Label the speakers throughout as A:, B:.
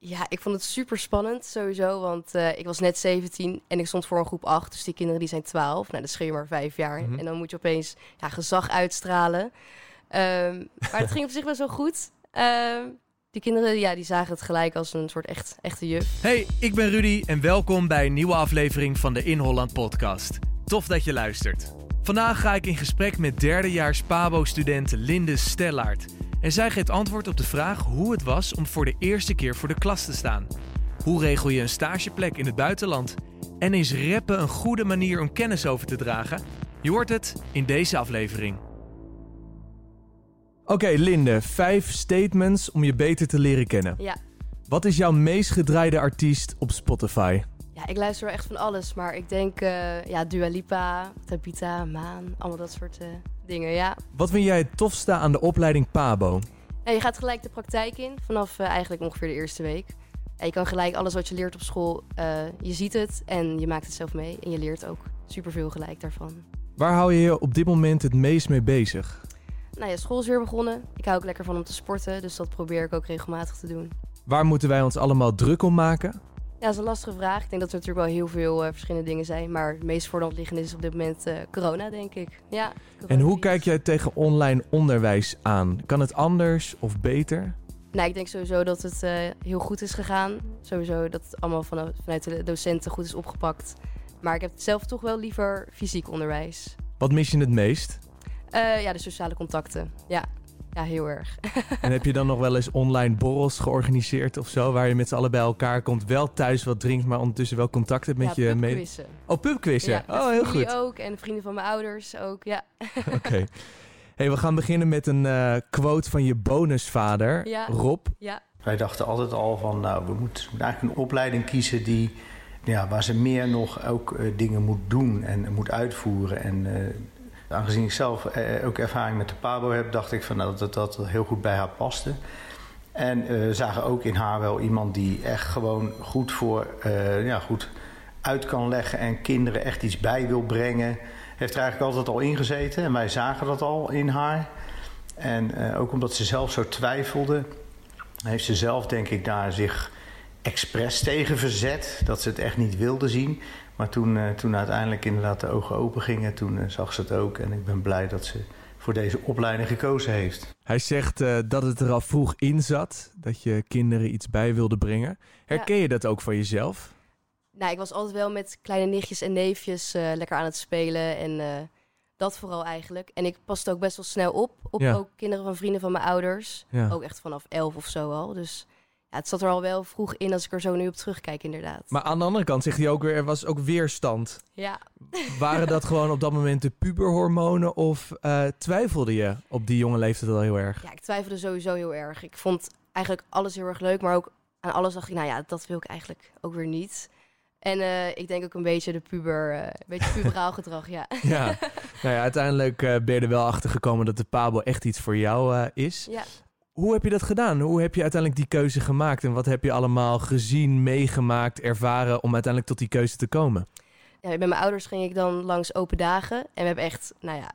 A: Ja, ik vond het super spannend sowieso, want ik was net 17 en ik stond voor een groep 8. Dus die kinderen die zijn 12, nou dat scheelt maar 5 jaar. En dan moet je opeens gezag uitstralen. Maar het ging op zich best wel goed. Die kinderen die zagen het gelijk als een soort echte juf.
B: Hey, ik ben Rudy en welkom bij een nieuwe aflevering van de In Holland podcast. Tof dat je luistert. Vandaag ga ik in gesprek met derdejaars PABO-student Linde Stellaert. En zij geeft antwoord op de vraag hoe het was om voor de eerste keer voor de klas te staan. Hoe regel je een stageplek in het buitenland? En is rappen een goede manier om kennis over te dragen? Je hoort het in deze aflevering. Oké, Linde, 5 statements om je beter te leren kennen.
A: Ja.
B: Wat is jouw meest gedraaide artiest op Spotify?
A: Ja, ik luister echt van alles, maar ik denk Dua Lipa, Tabita, Maan, allemaal dat soort dingen, ja.
B: Wat vind jij het tofste aan de opleiding PABO?
A: Ja, je gaat gelijk de praktijk in, vanaf eigenlijk ongeveer de eerste week. Ja, je kan gelijk alles wat je leert op school, je ziet het en je maakt het zelf mee. En je leert ook superveel gelijk daarvan.
B: Waar hou je je op dit moment het meest mee bezig?
A: Nou ja, school is weer begonnen. Ik hou ook lekker van om te sporten, dus dat probeer ik ook regelmatig te doen.
B: Waar moeten wij ons allemaal druk om maken?
A: Ja, dat is een lastige vraag. Ik denk dat er natuurlijk wel heel veel verschillende dingen zijn. Maar het meest voor de hand liggende is op dit moment corona, denk ik. Ja,
B: en hoe kijk jij tegen online onderwijs aan? Kan het anders of beter?
A: Nou, ik denk sowieso dat het heel goed is gegaan. Sowieso dat het allemaal vanuit de docenten goed is opgepakt. Maar ik heb zelf toch wel liever fysiek onderwijs.
B: Wat mis je het meest?
A: De sociale contacten. Ja, heel erg.
B: En heb je dan nog wel eens online borrels georganiseerd of zo? Waar je met z'n allen bij elkaar komt, wel thuis wat drinkt, maar ondertussen wel contact hebt met je
A: pubquizzen.
B: Oh, pubquizzen.
A: Ja,
B: heel goed.
A: Ook en vrienden van mijn ouders ook, ja.
B: Oké. Hey, we gaan beginnen met een quote van je bonusvader, Rob.
A: Ja.
C: Wij dachten altijd al van, we moeten eigenlijk een opleiding kiezen waar ze meer nog ook dingen moet doen en moet uitvoeren. En aangezien ik zelf ook ervaring met de PABO heb, dacht ik van dat heel goed bij haar paste. En we zagen ook in haar wel iemand die echt gewoon goed goed uit kan leggen en kinderen echt iets bij wil brengen. Heeft er eigenlijk altijd al in gezeten en wij zagen dat al in haar. En ook omdat ze zelf zo twijfelde, heeft ze zelf denk ik daar zich expres tegen verzet. Dat ze het echt niet wilde zien. Maar toen uiteindelijk inderdaad de ogen open gingen, toen zag ze het ook. En ik ben blij dat ze voor deze opleiding gekozen heeft.
B: Hij zegt dat het er al vroeg in zat, dat je kinderen iets bij wilde brengen. Herken je dat ook van jezelf?
A: Nou, ik was altijd wel met kleine nichtjes en neefjes lekker aan het spelen en dat vooral eigenlijk. En ik paste ook best wel snel op ook kinderen van vrienden van mijn ouders. Ja. Ook echt vanaf 11 of zo al, dus ja, het zat er al wel vroeg in als ik er zo nu op terugkijk, inderdaad.
B: Maar aan de andere kant zegt hij ook weer, er was ook weerstand.
A: Ja.
B: Waren dat gewoon op dat moment de puberhormonen of twijfelde je op die jonge leeftijd al heel erg?
A: Ja, ik twijfelde sowieso heel erg. Ik vond eigenlijk alles heel erg leuk, maar ook aan alles dacht ik, dat wil ik eigenlijk ook weer niet. En ik denk ook een beetje puberaal gedrag, ja.
B: Ja, uiteindelijk ben je er wel achter gekomen dat de PABO echt iets voor jou is.
A: Ja.
B: Hoe heb je dat gedaan? Hoe heb je uiteindelijk die keuze gemaakt? En wat heb je allemaal gezien, meegemaakt, ervaren om uiteindelijk tot die keuze te komen?
A: Ja, met mijn ouders ging ik dan langs open dagen. En we hebben echt,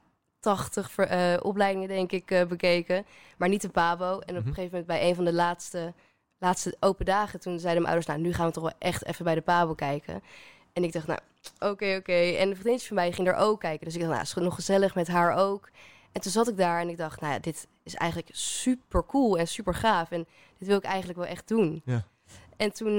A: 80 opleidingen denk ik bekeken. Maar niet de PABO. En op een gegeven moment bij een van de laatste open dagen, toen zeiden mijn ouders, nu gaan we toch wel echt even bij de PABO kijken. En ik dacht, oké. En de vriendjes van mij ging er ook kijken. Dus ik dacht, het is nog gezellig met haar ook. En toen zat ik daar en ik dacht, dit is eigenlijk super cool en super gaaf. En dit wil ik eigenlijk wel echt doen. Ja. En toen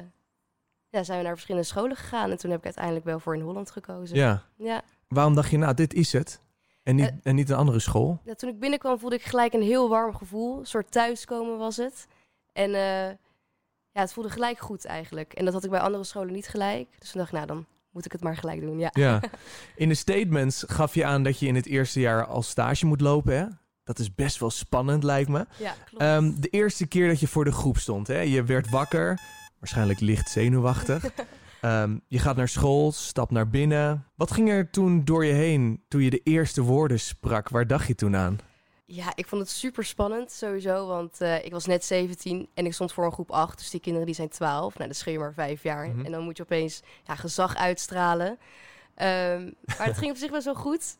A: zijn we naar verschillende scholen gegaan. En toen heb ik uiteindelijk wel voor in Holland gekozen.
B: Ja. Waarom dacht je, dit is het? En niet een andere school?
A: Ja, toen ik binnenkwam voelde ik gelijk een heel warm gevoel. Een soort thuiskomen was het. En het voelde gelijk goed eigenlijk. En dat had ik bij andere scholen niet gelijk. Dus toen dacht ik, dan moet ik het maar gelijk doen,
B: ja. In de statements gaf je aan dat je in het eerste jaar al stage moet lopen, hè? Dat is best wel spannend, lijkt me.
A: Ja, klopt.
B: De eerste keer dat je voor de groep stond, hè? Je werd wakker, waarschijnlijk licht zenuwachtig. Je gaat naar school, stapt naar binnen. Wat ging er toen door je heen toen je de eerste woorden sprak? Waar dacht je toen aan?
A: Ja, ik vond het super spannend sowieso, want ik was net 17 en ik stond voor een groep 8. Dus die kinderen die zijn 12, dat scheelt maar 5 jaar. En dan moet je opeens gezag uitstralen. Maar het ging op zich best wel goed.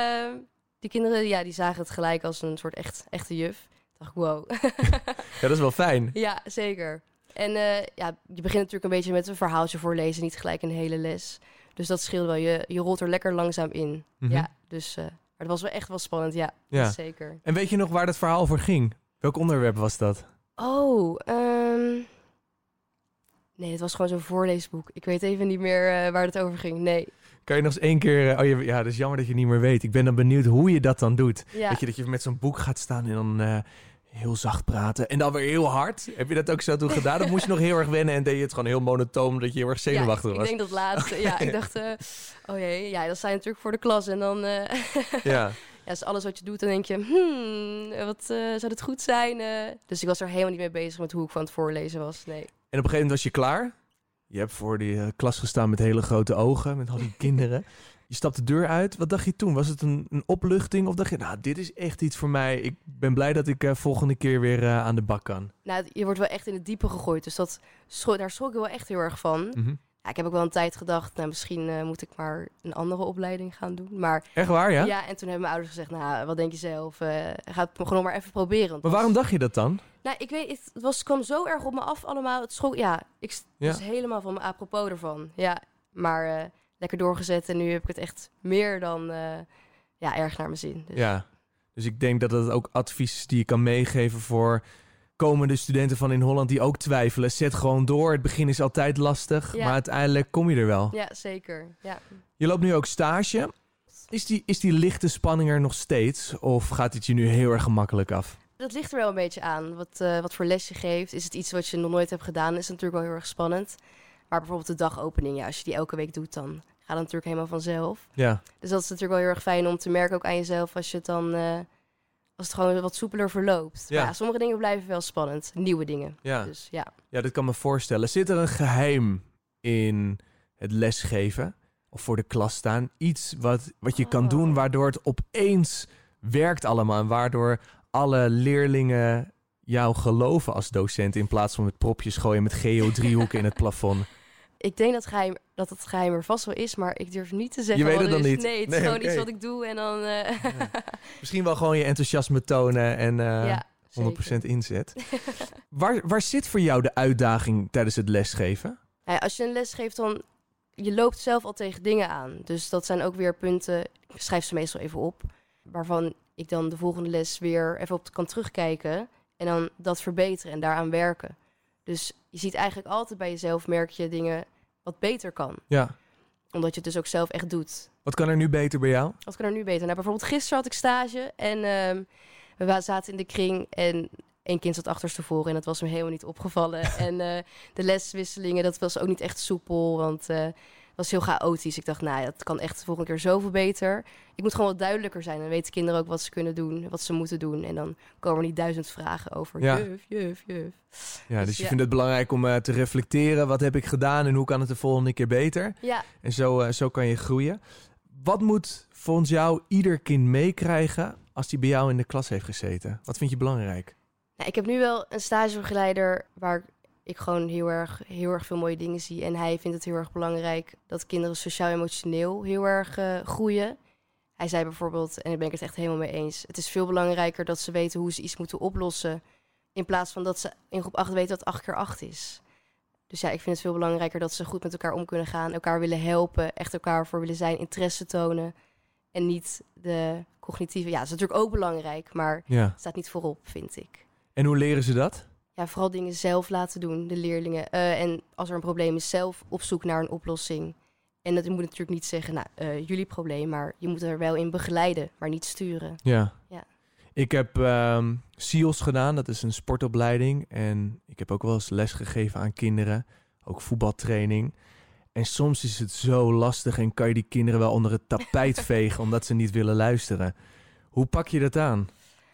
A: Die kinderen die zagen het gelijk als een soort echte juf. Ik dacht, wow.
B: Ja, dat is wel fijn.
A: Ja, zeker. En je begint natuurlijk een beetje met een verhaaltje voorlezen, niet gelijk een hele les. Dus dat scheelt wel. Je rolt er lekker langzaam in.
B: Mhm.
A: Ja, dus maar het was wel echt wel spannend, ja.
B: Ja.
A: Zeker.
B: En weet je nog waar dat verhaal voor ging? Welk onderwerp was dat?
A: Oh, nee, het was gewoon zo'n voorleesboek. Ik weet even niet meer waar het over ging. Nee.
B: Kan je nog eens één keer... dat is jammer dat je niet meer weet. Ik ben dan benieuwd hoe je dat dan doet.
A: Ja.
B: Dat je met zo'n boek gaat staan en dan heel zacht praten. En dan weer heel hard. Heb je dat ook zo toen gedaan? Of moest je nog heel erg wennen en deed je het gewoon heel monotoon... dat je heel erg zenuwachtig was?
A: Ik denk dat laatste. Ja, ik dacht, oh jee, ja, dat sta je natuurlijk voor de klas. En dan,
B: Ja.
A: ja, dus alles wat je doet, dan denk je, wat zou het goed zijn? Dus ik was er helemaal niet mee bezig met hoe ik van het voorlezen was. Nee.
B: En op een gegeven moment was je klaar. Je hebt voor die klas gestaan met hele grote ogen, met al die kinderen. Je stapt de deur uit. Wat dacht je toen? Was het een opluchting? Of dacht je, nou, dit is echt iets voor mij. Ik ben blij dat ik volgende keer weer aan de bak kan.
A: Nou, je wordt wel echt in het diepe gegooid. Dus daar schrok ik wel echt heel erg van.
B: Mhm.
A: Ja, ik heb ook wel een tijd gedacht, nou, misschien moet ik maar een andere opleiding gaan doen. Maar
B: Echt waar, ja?
A: ja, en toen hebben mijn ouders gezegd, nou, wat denk je zelf? Ga het gewoon maar even proberen. Want
B: Maar waarom dacht je dat dan?
A: Nou, ik weet, het kwam zo erg op me af allemaal. Het schrok, ik was helemaal van me apropos ervan. Ja, maar lekker doorgezet en nu heb ik het echt meer dan erg naar mijn zin. Dus.
B: Ja, dus ik denk dat het ook advies is die je kan meegeven voor komende studenten van in Holland die ook twijfelen. Zet gewoon door. Het begin is altijd lastig, maar uiteindelijk kom je er wel.
A: Ja, zeker. Ja.
B: Je loopt nu ook stage. Is die lichte spanning er nog steeds? Of gaat het je nu heel erg gemakkelijk af?
A: Dat ligt er wel een beetje aan. Wat voor les je geeft. Is het iets wat je nog nooit hebt gedaan? Is het natuurlijk wel heel erg spannend. Maar bijvoorbeeld de dagopening, ja, als je die elke week doet, dan gaat het natuurlijk helemaal vanzelf. Ja. Dus dat is natuurlijk wel heel erg fijn om te merken, ook aan jezelf, als je het dan als het gewoon wat soepeler verloopt. Ja. Maar ja, sommige dingen blijven wel spannend. Nieuwe dingen.
B: Ja.
A: Dus, ja.
B: Ja, dat kan me voorstellen. Zit er een geheim in het lesgeven? Of voor de klas staan? Iets wat je kan doen waardoor het opeens werkt allemaal. En waardoor alle leerlingen jou geloven als docent in plaats van met propjes gooien met geodriehoeken in het plafond.
A: Ik denk dat het geheim er vast wel is, maar ik durf niet te zeggen
B: je weet
A: wat
B: het dan
A: is.
B: niet?
A: Nee, het is gewoon iets wat ik doe en dan...
B: Ja. Misschien wel gewoon je enthousiasme tonen en 100% inzet. Waar zit voor jou de uitdaging tijdens het lesgeven?
A: Ja, als je een les geeft, dan... Je loopt zelf al tegen dingen aan. Dus dat zijn ook weer punten... Ik schrijf ze meestal even op. Waarvan ik dan de volgende les weer even op kan terugkijken. En dan dat verbeteren en daaraan werken. Dus je ziet eigenlijk altijd bij jezelf, merk je dingen wat beter kan. Ja. Omdat je het dus ook zelf echt doet.
B: Wat kan er nu beter bij jou?
A: Wat kan er nu beter? Nou, bijvoorbeeld gisteren had ik stage en we zaten in de kring en één kind zat achterstevoren en dat was hem helemaal niet opgevallen. En de leswisselingen, dat was ook niet echt soepel, want het was heel chaotisch. Ik dacht, nou ja, dat kan echt de volgende keer zoveel beter. Ik moet gewoon wat duidelijker zijn. Dan weten kinderen ook wat ze kunnen doen, wat ze moeten doen. En dan komen er niet 1000 vragen over juf.
B: Ja, dus je vindt het belangrijk om te reflecteren. Wat heb ik gedaan en hoe kan het de volgende keer beter? Ja. En zo kan je groeien. Wat moet volgens jou ieder kind meekrijgen als die bij jou in de klas heeft gezeten? Wat vind je belangrijk?
A: Nou, ik heb nu wel een stagebegeleider waar ik gewoon heel erg veel mooie dingen zie. En hij vindt het heel erg belangrijk dat kinderen sociaal-emotioneel heel erg groeien. Hij zei bijvoorbeeld, en daar ben ik het echt helemaal mee eens... het is veel belangrijker dat ze weten hoe ze iets moeten oplossen... in plaats van dat ze in groep 8 weten wat 8 keer 8 is. Dus ja, ik vind het veel belangrijker dat ze goed met elkaar om kunnen gaan... elkaar willen helpen, echt elkaar voor willen zijn, interesse tonen... en niet de cognitieve... Ja, dat is natuurlijk ook belangrijk, maar het staat niet voorop, vind ik.
B: En hoe leren ze dat?
A: Ja, vooral dingen zelf laten doen, de leerlingen. En als er een probleem is, zelf op zoek naar een oplossing. En dat moet natuurlijk niet zeggen, nou, jullie probleem... maar je moet er wel in begeleiden, maar niet sturen. Ja.
B: Ik heb SEALS gedaan, dat is een sportopleiding. En ik heb ook wel eens les gegeven aan kinderen. Ook voetbaltraining. En soms is het zo lastig en kan je die kinderen wel onder het tapijt vegen... omdat ze niet willen luisteren. Hoe pak je dat aan?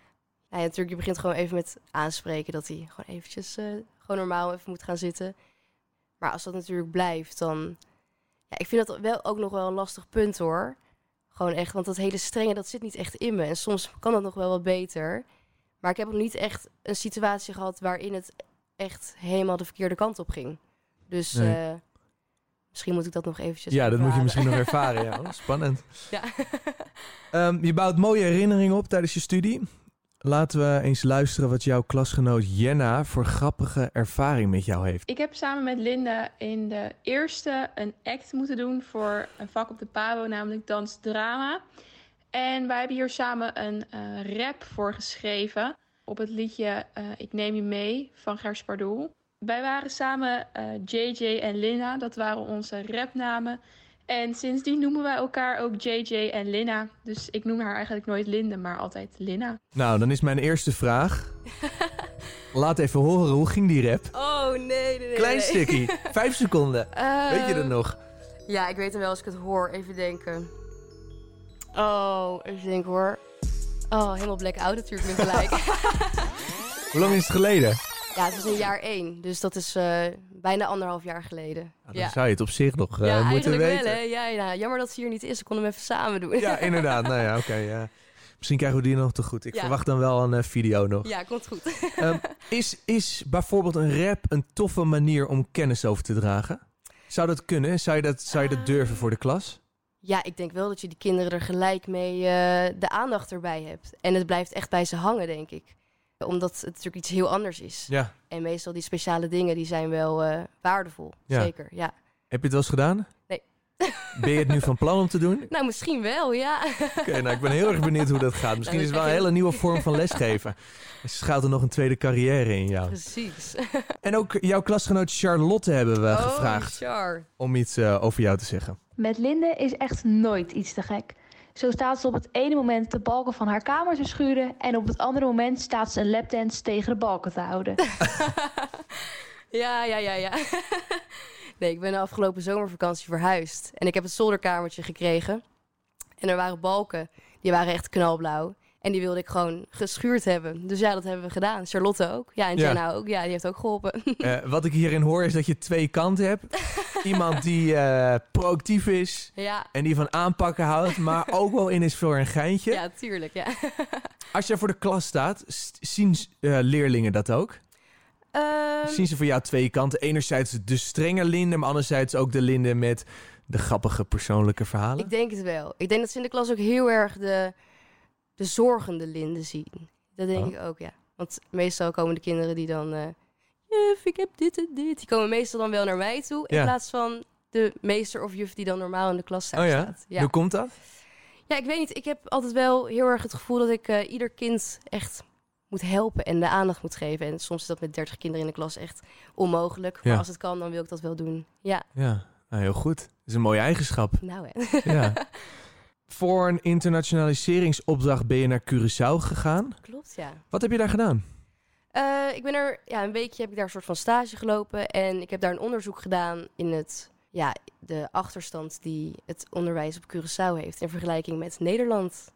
A: Ja, natuurlijk, je begint gewoon even met aanspreken... dat hij gewoon eventjes gewoon normaal even moet gaan zitten. Maar als dat natuurlijk blijft, dan... Ja, ik vind dat wel ook nog wel een lastig punt, hoor. Gewoon echt, want dat hele strenge, dat zit niet echt in me. En soms kan dat nog wel wat beter. Maar ik heb ook niet echt een situatie gehad... waarin het echt helemaal de verkeerde kant op ging. Dus misschien moet ik dat nog eventjes
B: ervaren. Dat moet je misschien nog ervaren, ja. Spannend. Ja. Je bouwt mooie herinneringen op tijdens je studie. Laten we eens luisteren wat jouw klasgenoot Jenna voor grappige ervaring met jou heeft.
D: Ik heb samen met Linde in de eerste een act moeten doen voor een vak op de PABO, namelijk dans-drama. En wij hebben hier samen een rap voor geschreven op het liedje Ik neem je mee van Gers Pardoel. Wij waren samen JJ en Linna, dat waren onze rapnamen. En sindsdien noemen wij elkaar ook JJ en Linna. Dus ik noem haar eigenlijk nooit Linde, maar altijd Linna.
B: Nou, dan is mijn eerste vraag. Laat even horen, hoe ging die rap?
A: Oh, nee.
B: Klein stukje, 5 seconden. Weet je dat nog?
A: Ja, ik weet hem wel als ik het hoor. Even denken. Oh, even denken hoor. Oh, helemaal blackout natuurlijk nu gelijk.
B: Hoe lang is het geleden?
A: Ja, het was in jaar 1. Dus dat is bijna 1,5 jaar geleden.
B: Nou, dan zou je het op zich nog
A: ja,
B: moeten weten.
A: Wel, hè? Ja, jammer dat ze hier niet is. Ik kon hem even samen doen.
B: Ja, inderdaad. Nou ja, oké. Ja. Misschien krijgen we die nog te goed. Ik verwacht dan wel een video nog.
A: Ja, komt goed.
B: Is bijvoorbeeld een rap een toffe manier om kennis over te dragen? Zou dat kunnen? Zou je dat durven voor de klas?
A: Ja, ik denk wel dat je die kinderen er gelijk mee de aandacht erbij hebt. En het blijft echt bij ze hangen, denk ik. Omdat het natuurlijk iets heel anders is.
B: Ja.
A: En meestal die speciale dingen, die zijn wel waardevol.
B: Ja.
A: Zeker, ja.
B: Heb je het wel eens gedaan?
A: Nee.
B: Ben je het nu van plan om te doen?
A: Nou, misschien wel, ja.
B: Oké, nou, ik ben heel erg benieuwd hoe dat gaat. Misschien is het wel een hele nieuwe vorm van lesgeven. Er schuilt er nog een tweede carrière in jou.
A: Precies.
B: En ook jouw klasgenoot Charlotte hebben we gevraagd
A: Char.
B: om iets over jou te zeggen.
E: Met Linde is echt nooit iets te gek. Zo staat ze op het ene moment de balken van haar kamer te schuren en op het andere moment staat ze een lapdance tegen de balken te houden.
A: Ja. Nee, ik ben de afgelopen zomervakantie verhuisd. En ik heb het zolderkamertje gekregen. En er waren balken, die waren echt knalblauw. En die wilde ik gewoon geschuurd hebben. Dus ja, dat hebben we gedaan. Charlotte ook. Ja, en Jenna ook. Ja, die heeft ook geholpen.
B: Wat ik hierin hoor is dat je 2 kanten hebt. Iemand die proactief is en die van aanpakken houdt, maar ook wel in is voor een geintje.
A: Ja, tuurlijk, ja.
B: Als jij voor de klas staat, zien leerlingen dat ook? Zien ze voor jou 2 kanten? Enerzijds de strenge Linde, maar anderzijds ook de Linde met de grappige persoonlijke verhalen?
A: Ik denk het wel. Ik denk dat ze in de klas ook heel erg de zorgende Linde zien. Dat denk ik ook, ja. Want meestal komen de kinderen die dan... juf, ik heb dit en dit. Die komen meestal dan wel naar mij toe. In plaats van de meester of juf die dan normaal in de klas staat. Ja.
B: Hoe komt dat?
A: Ja, ik weet niet. Ik heb altijd wel heel erg het gevoel dat ik ieder kind echt moet helpen en de aandacht moet geven. En soms is dat met 30 kinderen in de klas echt onmogelijk. Maar als het kan, dan wil ik dat wel doen. Ja.
B: Ja, nou, heel goed. Dat is een mooie eigenschap.
A: Nou hè.
B: Ja. Voor een internationaliseringsopdracht ben je naar Curaçao gegaan.
A: Klopt, ja.
B: Wat heb je daar gedaan?
A: Ik ben er een weekje heb ik daar een soort van stage gelopen. En ik heb daar een onderzoek gedaan in de achterstand die het onderwijs op Curaçao heeft in vergelijking met Nederland.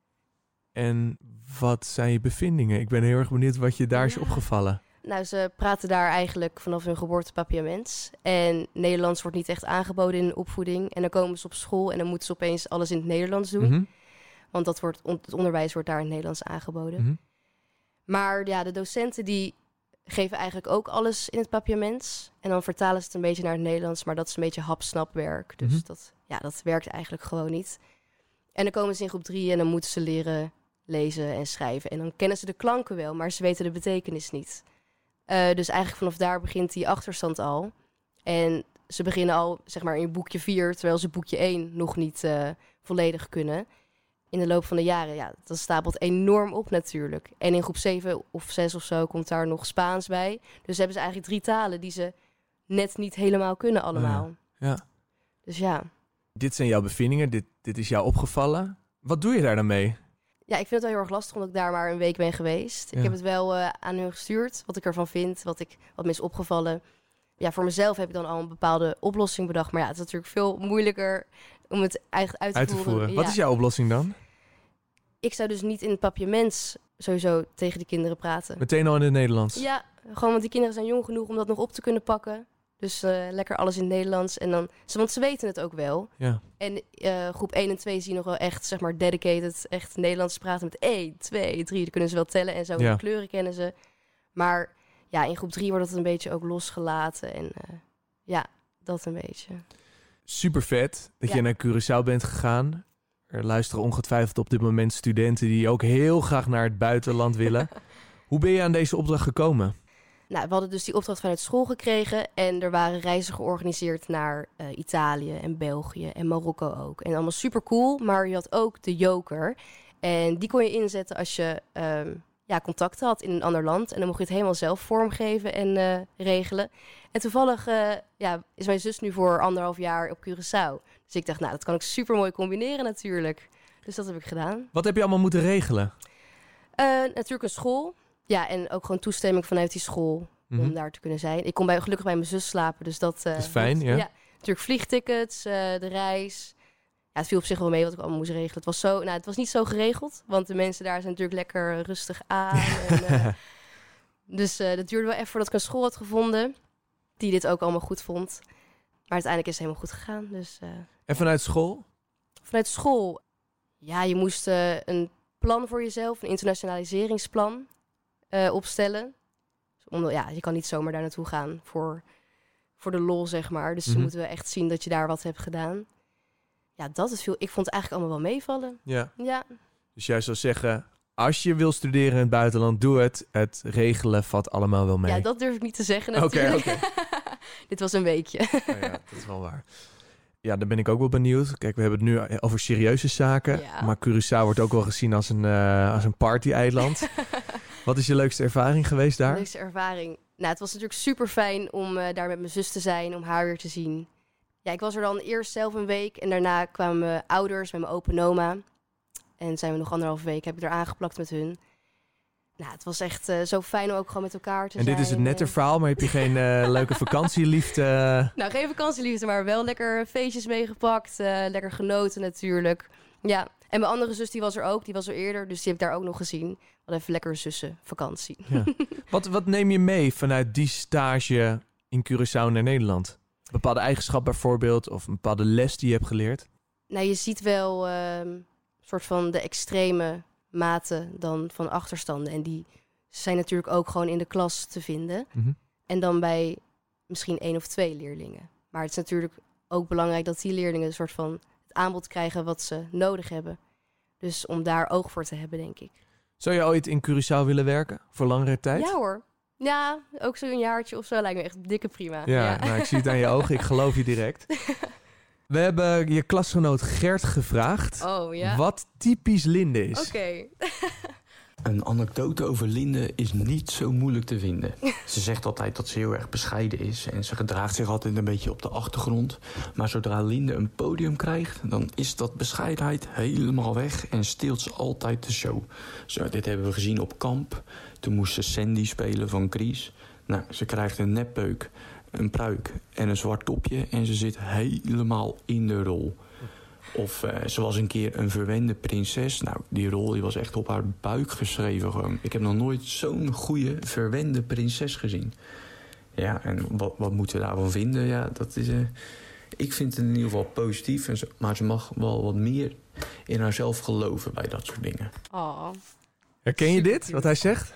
B: En wat zijn je bevindingen? Ik ben heel erg benieuwd wat je daar is opgevallen.
A: Nou, ze praten daar eigenlijk vanaf hun geboorte papiaments. En Nederlands wordt niet echt aangeboden in de opvoeding. En dan komen ze op school en dan moeten ze opeens alles in het Nederlands doen.
B: Mm-hmm.
A: Want het onderwijs wordt daar in het Nederlands aangeboden. Mm-hmm. Maar ja, de docenten die geven eigenlijk ook alles in het papiaments. En dan vertalen ze het een beetje naar het Nederlands. Maar dat is een beetje hap-snap-werk. Dus dat werkt eigenlijk gewoon niet. En dan komen ze in groep 3 en dan moeten ze leren lezen en schrijven. En dan kennen ze de klanken wel, maar ze weten de betekenis niet. Dus eigenlijk vanaf daar begint die achterstand al. En ze beginnen al, zeg maar, in boekje 4... terwijl ze boekje 1 nog niet volledig kunnen. In de loop van de jaren, dat stapelt enorm op natuurlijk. En in groep 7 of 6 of zo komt daar nog Spaans bij. Dus hebben ze eigenlijk 3 talen die ze net niet helemaal kunnen allemaal.
B: Ja.
A: Dus ja.
B: Dit zijn jouw bevindingen, dit is jou opgevallen. Wat doe je daar dan mee?
A: Ja, ik vind het wel heel erg lastig omdat ik daar maar een week ben geweest. Ja. Ik heb het wel aan hun gestuurd, wat ik ervan vind, wat me is opgevallen. Ja, voor mezelf heb ik dan al een bepaalde oplossing bedacht. Maar ja, het is natuurlijk veel moeilijker om het eigenlijk uit te voeren. Ja.
B: Wat is jouw oplossing dan?
A: Ik zou dus niet in het papiaments sowieso tegen de kinderen praten.
B: Meteen al in het Nederlands?
A: Ja, gewoon want die kinderen zijn jong genoeg om dat nog op te kunnen pakken. Dus lekker alles in het Nederlands. En dan, want ze weten het ook wel.
B: Ja.
A: En groep 1 en 2 zien nog wel echt, zeg maar, dedicated, echt Nederlands praten met 1, 2, 3. Dan kunnen ze wel tellen en zo. De kleuren kennen ze. Maar ja, in groep 3 wordt het een beetje ook losgelaten. En dat een beetje.
B: Super vet dat je naar Curaçao bent gegaan. Er luisteren ongetwijfeld op dit moment studenten die ook heel graag naar het buitenland willen. Hoe ben je aan deze opdracht gekomen?
A: Nou, we hadden dus die opdracht vanuit school gekregen en er waren reizen georganiseerd naar Italië en België en Marokko ook. En allemaal super cool, maar je had ook de joker. En die kon je inzetten als je contacten had in een ander land. En dan mocht je het helemaal zelf vormgeven en regelen. En toevallig is mijn zus nu voor 1,5 jaar op Curaçao. Dus ik dacht, nou, dat kan ik super mooi combineren natuurlijk. Dus dat heb ik gedaan.
B: Wat heb je allemaal moeten regelen?
A: Natuurlijk een school. Ja, en ook gewoon toestemming vanuit die school om daar te kunnen zijn. Ik kon gelukkig bij mijn zus slapen, dus dat
B: is fijn, ja.
A: Natuurlijk vliegtickets, de reis. Ja, het viel op zich wel mee wat ik allemaal moest regelen. Het was niet zo geregeld, want de mensen daar zijn natuurlijk lekker rustig aan. Dus dat duurde wel even voordat ik een school had gevonden die dit ook allemaal goed vond. Maar uiteindelijk is het helemaal goed gegaan. Dus,
B: en vanuit school?
A: Vanuit school, ja, je moest een plan voor jezelf, een internationaliseringsplan opstellen. Je kan niet zomaar daar naartoe gaan voor de lol, zeg maar. Dus ze moeten wel echt zien dat je daar wat hebt gedaan. Ja, dat is veel. Ik vond het eigenlijk allemaal wel meevallen. Ja.
B: Dus jij zou zeggen, als je wil studeren in het buitenland, doe het. Het regelen valt allemaal wel mee.
A: Ja, dat durf ik niet te zeggen natuurlijk.
B: Oké.
A: Dit was een weekje.
B: Ja, dat is wel waar. Ja, daar ben ik ook wel benieuwd. Kijk, we hebben het nu over serieuze zaken. Ja. Maar Curaçao wordt ook wel gezien als een party-eiland. Wat is je leukste ervaring geweest daar?
A: De leukste ervaring? Nou, het was natuurlijk super fijn om daar met mijn zus te zijn, om haar weer te zien. Ja, ik was er dan eerst zelf een week en daarna kwamen mijn ouders met mijn opa en oma. En zijn we nog 1,5 week, heb ik er aangeplakt met hun. Nou, het was echt zo fijn om ook gewoon met elkaar te zijn.
B: En dit is het nette verhaal, maar heb je geen leuke vakantieliefde?
A: Nou, geen vakantieliefde, maar wel lekker feestjes meegepakt. Lekker genoten natuurlijk. Ja, en mijn andere zus die was er ook, die was er eerder. Dus die heb ik daar ook nog gezien. We hadden even lekker zussenvakantie. Ja.
B: Wat neem je mee vanuit die stage in Curaçao naar Nederland? Een bepaalde eigenschap bijvoorbeeld, of een bepaalde les die je hebt geleerd?
A: Nou, je ziet wel soort van de extreme mate dan van achterstanden. En die zijn natuurlijk ook gewoon in de klas te vinden. En dan bij misschien 1 of 2 leerlingen. Maar het is natuurlijk ook belangrijk dat die leerlingen een soort van het aanbod krijgen wat ze nodig hebben. Dus om daar oog voor te hebben, denk ik.
B: Zou je ooit in Curaçao willen werken voor langere tijd?
A: Ja hoor. Ja, ook zo'n jaartje of zo lijkt me echt dikke prima.
B: Ja. Nou, ik zie het aan je ogen. Ik geloof je direct. We hebben je klasgenoot Gert gevraagd wat typisch Linde is.
A: Oké.
F: Een anekdote over Linde is niet zo moeilijk te vinden. Ze zegt altijd dat ze heel erg bescheiden is en ze gedraagt zich altijd een beetje op de achtergrond. Maar zodra Linde een podium krijgt, dan is dat bescheidenheid helemaal weg en steelt ze altijd de show. Zo, dit hebben we gezien op kamp. Toen moest ze Sandy spelen van Chris. Nou, ze krijgt een neppeuk, een pruik en een zwart topje en ze zit helemaal in de rol. Of ze was een keer een verwende prinses. Nou, die rol die was echt op haar buik geschreven gewoon. Ik heb nog nooit zo'n goede verwende prinses gezien. Ja, en wat moeten we daarvan vinden? Ja, dat is... ik vind het in ieder geval positief. Maar ze mag wel wat meer in haarzelf geloven bij dat soort dingen.
A: Oh.
B: Herken je dit, wat hij zegt?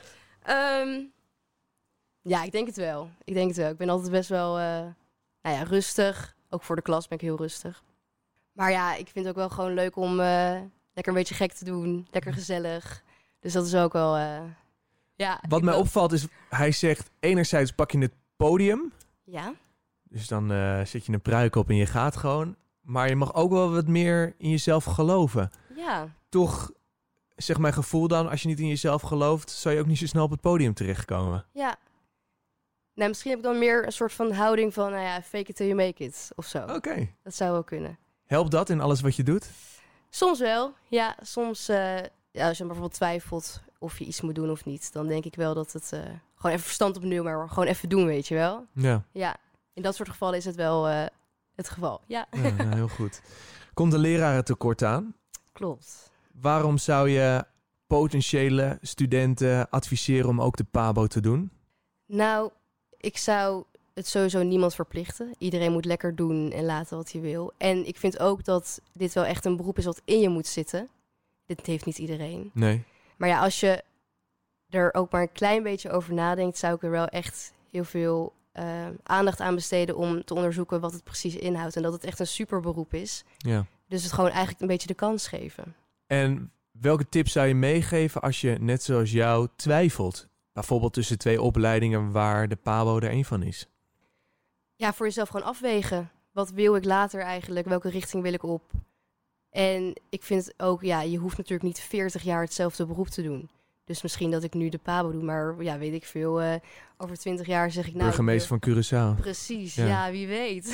A: Ja, ik denk het wel. Ik ben altijd best wel rustig. Ook voor de klas ben ik heel rustig. Maar ja, ik vind het ook wel gewoon leuk om lekker een beetje gek te doen. Lekker gezellig. Dus dat is ook wel...
B: Wat mij opvalt is, hij zegt enerzijds pak je het podium.
A: Ja.
B: Dus dan zet je een pruik op en je gaat gewoon. Maar je mag ook wel wat meer in jezelf geloven.
A: Ja.
B: Toch, zeg mijn gevoel dan, als je niet in jezelf gelooft, zou je ook niet zo snel op het podium terechtkomen.
A: Ja. Nou, misschien heb ik dan meer een soort van houding van, fake it till you make it, of zo.
B: Oké.
A: Dat zou wel kunnen.
B: Helpt dat in alles wat je doet?
A: Soms wel, ja. Soms, als je bijvoorbeeld twijfelt of je iets moet doen of niet, dan denk ik wel dat het gewoon even verstand opnieuw, maar gewoon even doen, weet je wel.
B: Ja.
A: Ja, in dat soort gevallen is het wel het geval, ja.
B: Ja, heel goed. Komt de lerarentekort aan?
A: Klopt.
B: Waarom zou je potentiële studenten adviseren om ook de PABO te doen?
A: Nou, ik zou het sowieso niemand verplichten. Iedereen moet lekker doen en laten wat hij wil. En ik vind ook dat dit wel echt een beroep is wat in je moet zitten. Dit heeft niet iedereen.
B: Nee.
A: Maar ja, als je er ook maar een klein beetje over nadenkt, zou ik er wel echt heel veel aandacht aan besteden om te onderzoeken wat het precies inhoudt. En dat het echt een super beroep is.
B: Ja.
A: Dus het gewoon eigenlijk een beetje de kans geven.
B: En welke tips zou je meegeven als je, net zoals jou, twijfelt? Bijvoorbeeld tussen 2 opleidingen waar de PABO er één van is.
A: Ja, voor jezelf gewoon afwegen. Wat wil ik later eigenlijk? Welke richting wil ik op? En ik vind ook, je hoeft natuurlijk niet 40 jaar hetzelfde beroep te doen. Dus misschien dat ik nu de PABO doe, maar weet ik veel. Over 20 jaar zeg ik nou...
B: Burgemeester van Curaçao.
A: Precies, ja wie weet.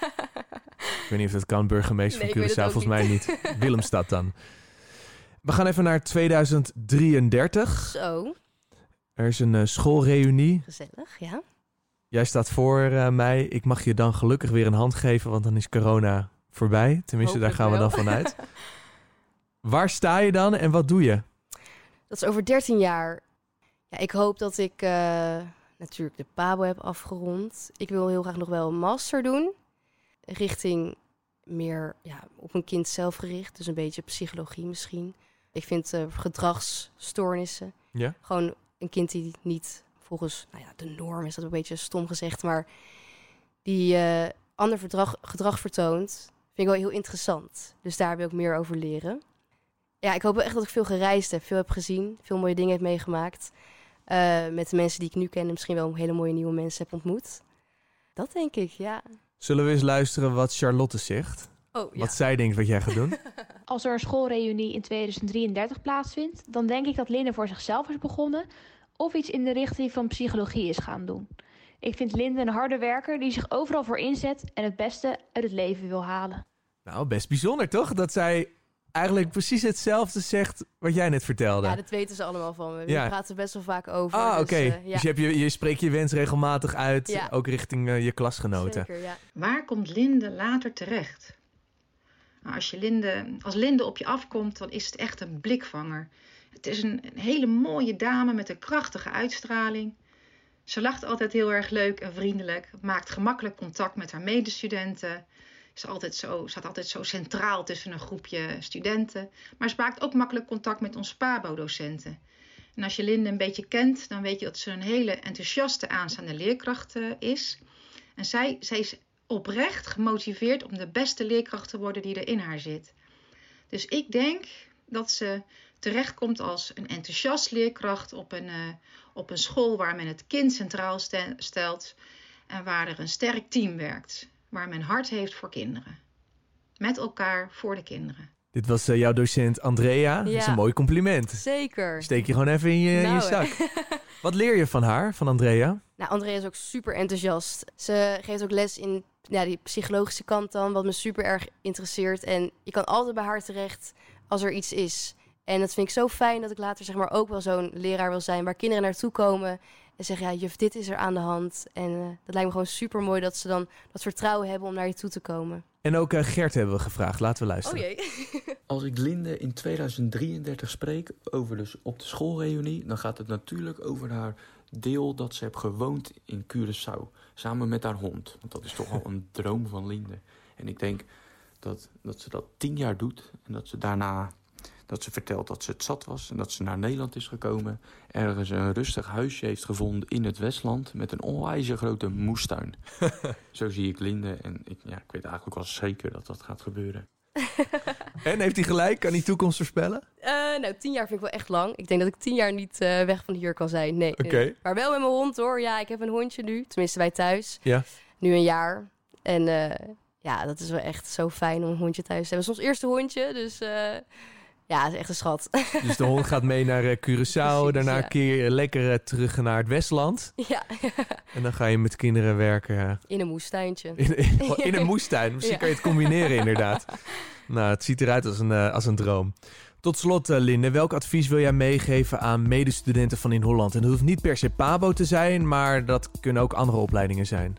B: Ik weet niet of dat kan, burgemeester van Curaçao. Volgens mij niet. Willemstad dan. We gaan even naar 2033.
A: Zo.
B: Er is een schoolreunie.
A: Gezellig, ja.
B: Jij staat voor mij. Ik mag je dan gelukkig weer een hand geven, want dan is corona voorbij. Tenminste, daar gaan we dan vanuit. Waar sta je dan en wat doe je?
A: Dat is over 13 jaar. Ja, ik hoop dat ik natuurlijk de PABO heb afgerond. Ik wil heel graag nog wel een master doen. Richting meer op een kind zelf gericht. Dus een beetje psychologie misschien. Ik vind gedragsstoornissen.
B: Ja?
A: Gewoon een kind die niet volgens de norm, is dat een beetje stom gezegd, maar die ander gedrag vertoont, vind ik wel heel interessant. Dus daar wil ik meer over leren. Ja, ik hoop wel echt dat ik veel gereisd heb, veel heb gezien, veel mooie dingen heb meegemaakt. Met de mensen die ik nu ken en misschien wel hele mooie nieuwe mensen heb ontmoet. Dat denk ik, ja.
B: Zullen we eens luisteren wat Charlotte zegt?
A: Oh, ja.
B: Wat zij denkt wat jij gaat doen?
E: Als er een schoolreunie in 2033 plaatsvindt, dan denk ik dat Linde voor zichzelf is begonnen of iets in de richting van psychologie is gaan doen. Ik vind Linde een harde werker die zich overal voor inzet en het beste uit het leven wil halen.
B: Nou, best bijzonder toch? Dat zij eigenlijk precies hetzelfde zegt wat jij net vertelde.
A: Ja, dat weten ze allemaal van me. We praten er best wel vaak over.
B: Oké. Dus je spreekt je wens regelmatig uit, ook richting je klasgenoten.
A: Zeker, ja.
G: Waar komt Linde later terecht? Nou, als Linde op je afkomt, dan is het echt een blikvanger. Het is een hele mooie dame met een krachtige uitstraling. Ze lacht altijd heel erg leuk en vriendelijk. Maakt gemakkelijk contact met haar medestudenten. Staat altijd zo centraal tussen een groepje studenten. Maar ze maakt ook makkelijk contact met onze PABO-docenten. En als je Linde een beetje kent, dan weet je dat ze een hele enthousiaste aanstaande leerkracht is. En zij is oprecht gemotiveerd om de beste leerkracht te worden die er in haar zit. Dus ik denk dat ze terechtkomt als een enthousiast leerkracht op een school waar men het kind centraal stelt en waar er een sterk team werkt. Waar men hart heeft voor kinderen. Met elkaar voor de kinderen.
B: Dit was jouw docent Andrea. Dat is een mooi compliment.
A: Zeker.
B: Steek je gewoon even in je zak. Wat leer je van haar, van Andrea?
A: Nou, Andrea is ook super enthousiast. Ze geeft ook les in die psychologische kant dan, wat me super erg interesseert. En je kan altijd bij haar terecht als er iets is. En dat vind ik zo fijn dat ik later ook wel zo'n leraar wil zijn waar kinderen naartoe komen en zeggen, juf, dit is er aan de hand. En dat lijkt me gewoon super mooi dat ze dan dat vertrouwen hebben om naar je toe te komen.
B: En ook Gert hebben we gevraagd. Laten we luisteren.
A: Oh jee.
F: Als ik Linde in 2033 spreek over dus op de schoolreunie, dan gaat het natuurlijk over haar deel dat ze heeft gewoond in Curaçao. Samen met haar hond. Want dat is toch al een droom van Linde. En ik denk dat ze dat 10 jaar doet. En dat ze daarna, dat ze vertelt dat ze het zat was. En dat ze naar Nederland is gekomen. Ergens een rustig huisje heeft gevonden in het Westland. Met een onwijs grote moestuin. Zo zie ik Linde. En ik weet eigenlijk wel zeker dat dat gaat gebeuren.
B: En heeft hij gelijk? Kan hij toekomst voorspellen?
A: 10 jaar vind ik wel echt lang. Ik denk dat ik 10 jaar niet weg van hier kan zijn. Nee.
B: Okay.
A: Maar wel met mijn hond hoor. Ja, ik heb een hondje nu. Tenminste wij thuis.
B: Ja.
A: Nu een jaar. En dat is wel echt zo fijn om een hondje thuis te hebben. Soms eerste hondje. Dus het is echt een schat.
B: Dus de hond gaat mee naar Curaçao.
A: Precies,
B: daarna keer je lekker terug naar het Westland.
A: Ja.
B: En dan ga je met kinderen werken.
A: In een moestuintje.
B: In een moestuin. Misschien kan je het combineren inderdaad. Nou, het ziet eruit als een droom. Tot slot, Linde, welk advies wil jij meegeven aan medestudenten van In Holland? En dat hoeft niet per se PABO te zijn, maar dat kunnen ook andere opleidingen zijn.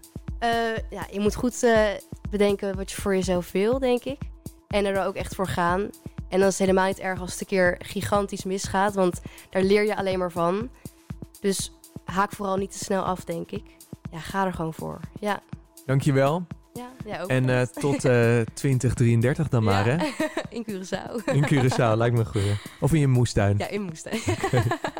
A: Je moet goed bedenken wat je voor jezelf wil, denk ik. En er ook echt voor gaan. En dan is het helemaal niet erg als het een keer gigantisch misgaat, want daar leer je alleen maar van. Dus haak vooral niet te snel af, denk ik. Ja, ga er gewoon voor. Ja.
B: Dankjewel.
A: Ja, ook.
B: En tot 2033 dan maar, hè?
A: In Curaçao.
B: In Curaçao, lijkt me goed. Of in je moestuin.
A: Ja, in moestuin.
B: Okay.